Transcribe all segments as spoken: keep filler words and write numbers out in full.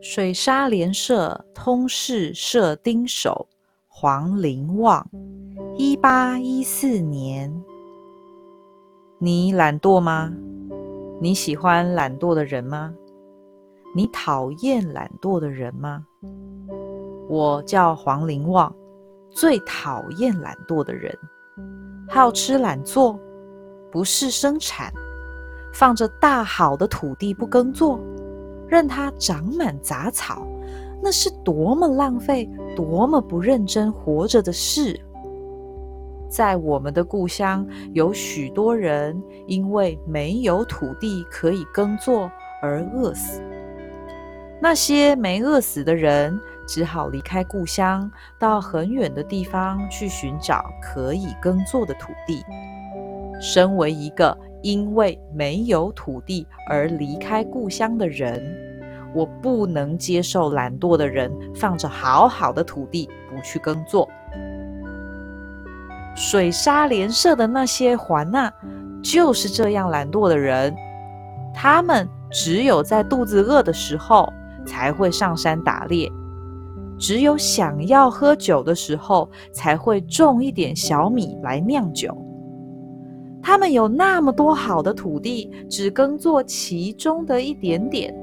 水沙连社通事社丁守黄陵望，一八一四年。你懒惰吗？你喜欢懒惰的人吗？你讨厌懒惰的人吗？我叫黄陵望，最讨厌懒惰的人。好吃懒做，不是生产，放着大好的土地不耕作，任它长满杂草，那是多么浪费，多么不认真活着的事。在我们的故乡，有许多人因为没有土地可以耕作而饿死。那些没饿死的人，只好离开故乡，到很远的地方去寻找可以耕作的土地。身为一个因为没有土地而离开故乡的人，我不能接受懒惰的人放着好好的土地不去耕作。水沙连社的那些环娜就是这样懒惰的人，他们只有在肚子饿的时候才会上山打猎，只有想要喝酒的时候才会种一点小米来酿酒。他们有那么多好的土地，只耕作其中的一点点。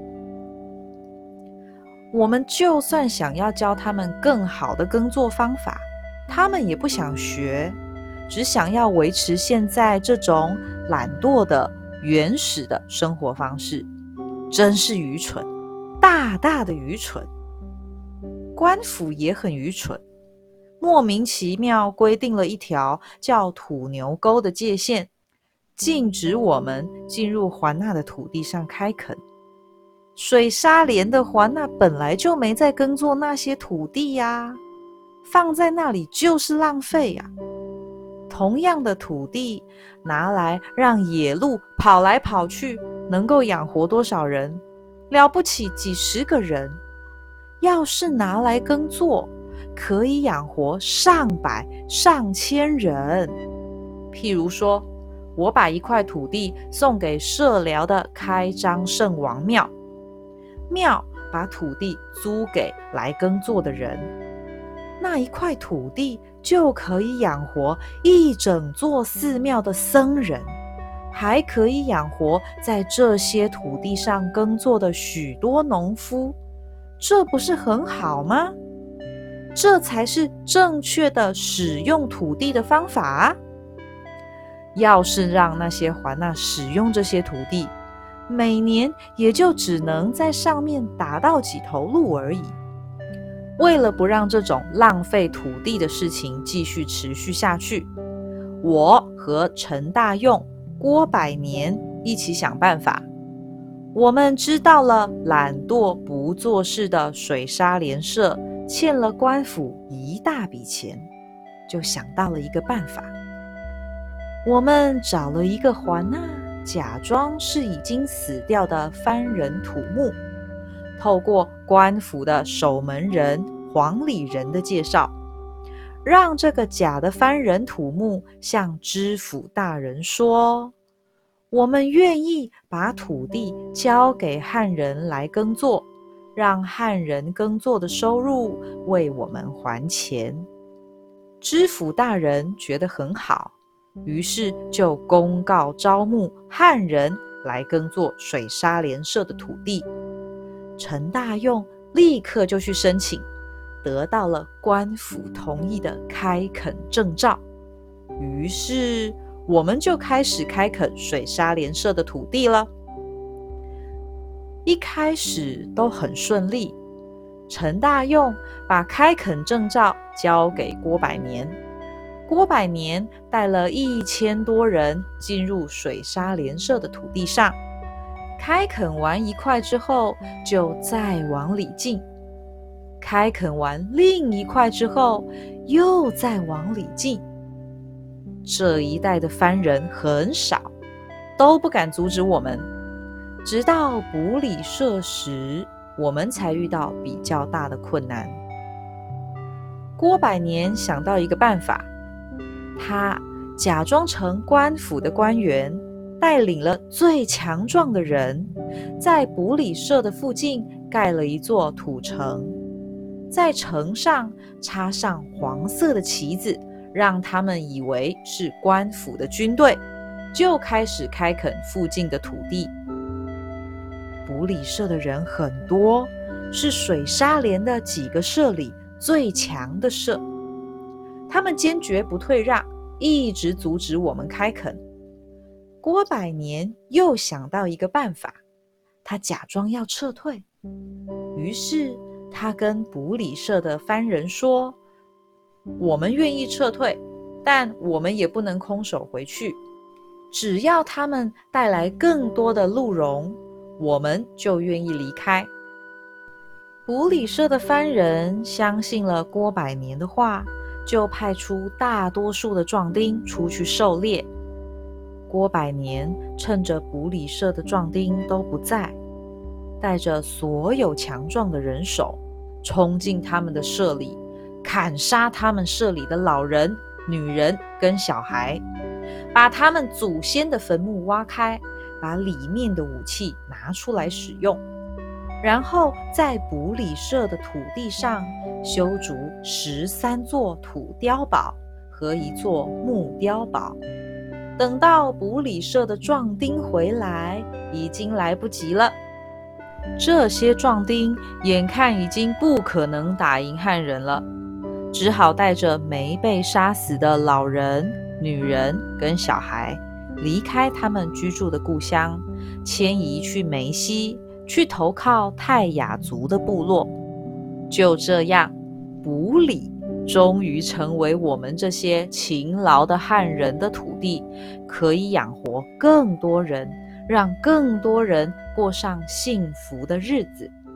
我们就算想要教他们更好的耕作方法，他们也不想学，只想要维持现在这种懒惰的原始的生活方式，真是愚蠢，大大的愚蠢。官府也很愚蠢，莫名其妙规定了一条叫土牛沟的界限，禁止我们进入环娜的土地上开垦。水沙连的环娜本来就没在耕作那些土地呀，放在那里就是浪费呀。同样的土地拿来让野鹿跑来跑去，能够养活多少人？了不起几十个人。要是拿来耕作，可以养活上百上千人。譬如说，我把一块土地送给社寮的开张圣王庙，庙把土地租给来耕作的人，那一块土地就可以养活一整座寺庙的僧人，还可以养活在这些土地上耕作的许多农夫。这不是很好吗？这才是正确的使用土地的方法啊！要是让那些环娜使用这些土地，每年也就只能在上面打到几头鹿而已。为了不让这种浪费土地的事情继续持续下去，我和陈大用、郭百年一起想办法。我们知道了懒惰不做事的水沙连社欠了官府一大笔钱，就想到了一个办法。我们找了一个环娜，假装是已经死掉的番人土木，透过官府的守门人黄里人的介绍，让这个假的番人土木向知府大人说，我们愿意把土地交给汉人来耕作，让汉人耕作的收入为我们还钱。知府大人觉得很好，于是就公告招募汉人来耕作水沙连社的土地。陈大用立刻就去申请，得到了官府同意的开垦证照。于是我们就开始开垦水沙连社的土地了。一开始都很顺利，陈大用把开垦证照交给郭百年，郭百年带了一千多人进入水沙连社的土地上，开垦完一块之后就再往里进，开垦完另一块之后又再往里进。这一带的番人很少，都不敢阻止我们。直到埔里社时，我们才遇到比较大的困难。郭百年想到一个办法，他假装成官府的官员，带领了最强壮的人，在埔里社的附近盖了一座土城，在城上插上黄色的旗子，让他们以为是官府的军队，就开始开垦附近的土地。捕里社的人很多，是水沙连的几个社里最强的社，他们坚决不退让，一直阻止我们开垦。郭百年又想到一个办法，他假装要撤退，于是他跟捕里社的番人说，我们愿意撤退，但我们也不能空手回去，只要他们带来更多的鹿茸，我们就愿意离开。捕里社的番人相信了郭百年的话，就派出大多数的壮丁出去狩猎。郭百年趁着捕里社的壮丁都不在，带着所有强壮的人手，冲进他们的社里，砍杀他们社里的老人、女人跟小孩，把他们祖先的坟墓挖开，把里面的武器拿出来使用，然后在捕里社的土地上修筑十三座土碉堡和一座木碉堡。等到捕里社的壮丁回来，已经来不及了。这些壮丁眼看已经不可能打赢汉人了，只好带着没被杀死的老人、女人跟小孩，离开他们居住的故乡，迁移去梅西，去投靠泰雅族的部落。就这样，捕里终于成为我们这些勤劳的汉人的土地，可以养活更多人，让更多人过上幸福的日子。